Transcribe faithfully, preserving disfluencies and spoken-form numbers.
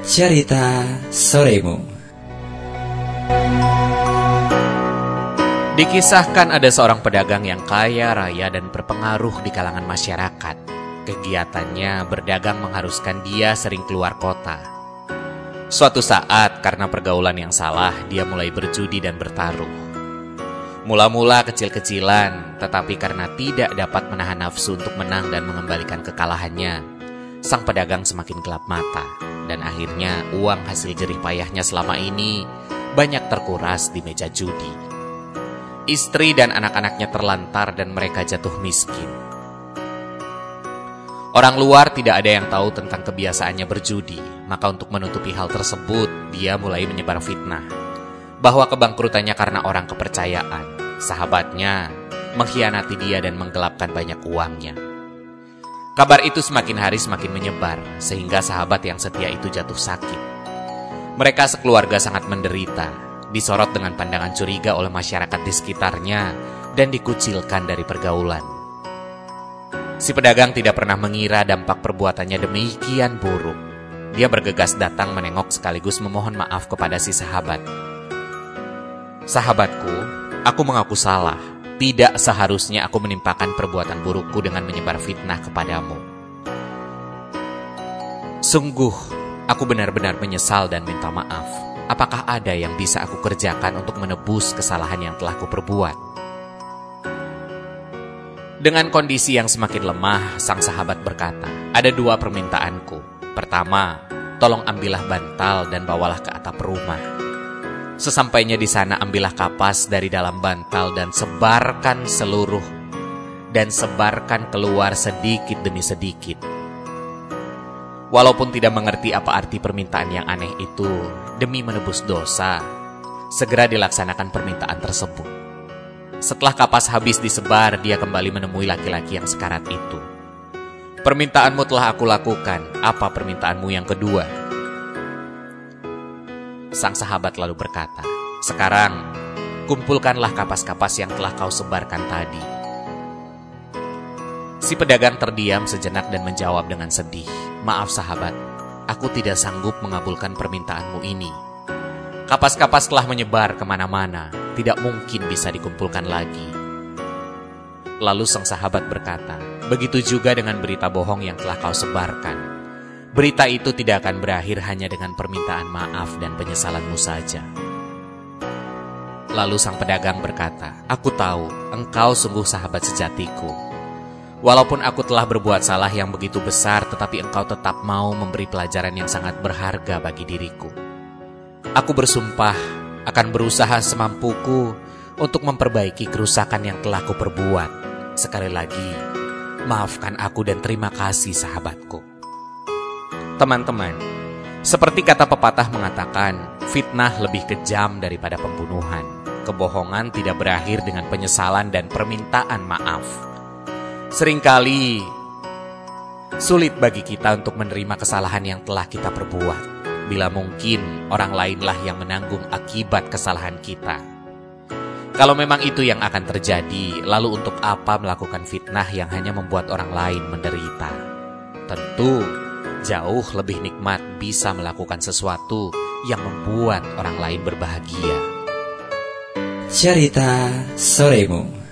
Cerita Soremu. Dikisahkan ada seorang pedagang yang kaya raya dan berpengaruh di kalangan masyarakat. Kegiatannya berdagang mengharuskan dia sering keluar kota. Suatu saat karena pergaulan yang salah, dia mulai berjudi dan bertaruh. Mula-mula kecil-kecilan, tetapi karena tidak dapat menahan nafsu untuk menang dan mengembalikan kekalahannya, sang pedagang semakin gelap mata. Dan akhirnya uang hasil jerih payahnya selama ini banyak terkuras di meja judi. Istri dan anak-anaknya terlantar dan mereka jatuh miskin. Orang luar tidak ada yang tahu tentang kebiasaannya berjudi, maka untuk menutupi hal tersebut, dia mulai menyebar fitnah bahwa kebangkrutannya karena orang kepercayaan. Sahabatnya mengkhianati dia dan menggelapkan banyak uangnya. Kabar itu semakin hari semakin menyebar, sehingga sahabat yang setia itu jatuh sakit. Mereka sekeluarga sangat menderita, disorot dengan pandangan curiga oleh masyarakat di sekitarnya, dan dikucilkan dari pergaulan. Si pedagang tidak pernah mengira dampak perbuatannya demikian buruk. Dia bergegas datang menengok sekaligus memohon maaf kepada si sahabat. "Sahabatku, aku mengaku salah. Tidak seharusnya aku menimpakan perbuatan burukku dengan menyebar fitnah kepadamu. Sungguh, aku benar-benar menyesal dan minta maaf. Apakah ada yang bisa aku kerjakan untuk menebus kesalahan yang telah kuperbuat?" Dengan kondisi yang semakin lemah, sang sahabat berkata, "Ada dua permintaanku. Pertama, tolong ambillah bantal dan bawalah ke atap rumah. Sesampainya di sana ambillah kapas dari dalam bantal dan sebarkan seluruh dan sebarkan keluar sedikit demi sedikit." Walaupun tidak mengerti apa arti permintaan yang aneh itu, demi menebus dosa, segera dilaksanakan permintaan tersebut. Setelah kapas habis disebar, dia kembali menemui laki-laki yang sekarat itu. "Permintaanmu telah aku lakukan. Apa permintaanmu yang kedua?" Sang sahabat lalu berkata, "Sekarang, kumpulkanlah kapas-kapas yang telah kau sebarkan tadi." Si pedagang terdiam sejenak dan menjawab dengan sedih, "Maaf sahabat, aku tidak sanggup mengabulkan permintaanmu ini. Kapas-kapas telah menyebar kemana-mana, tidak mungkin bisa dikumpulkan lagi." Lalu sang sahabat berkata, "Begitu juga dengan berita bohong yang telah kau sebarkan. Berita itu tidak akan berakhir hanya dengan permintaan maaf dan penyesalanmu saja." Lalu sang pedagang berkata, "Aku tahu, engkau sungguh sahabat sejatiku. Walaupun aku telah berbuat salah yang begitu besar, tetapi engkau tetap mau memberi pelajaran yang sangat berharga bagi diriku. Aku bersumpah akan berusaha semampuku untuk memperbaiki kerusakan yang telah kuperbuat. Sekali lagi, maafkan aku dan terima kasih sahabatku." Teman-teman, seperti kata pepatah mengatakan, fitnah lebih kejam daripada pembunuhan. Kebohongan tidak berakhir dengan penyesalan dan permintaan maaf. Seringkali sulit bagi kita untuk menerima kesalahan yang telah kita perbuat, bila mungkin orang lainlah yang menanggung akibat kesalahan kita. Kalau memang itu yang akan terjadi, lalu untuk apa melakukan fitnah yang hanya membuat orang lain menderita? Tentu jauh lebih nikmat bisa melakukan sesuatu yang membuat orang lain berbahagia. Cerita Soremu.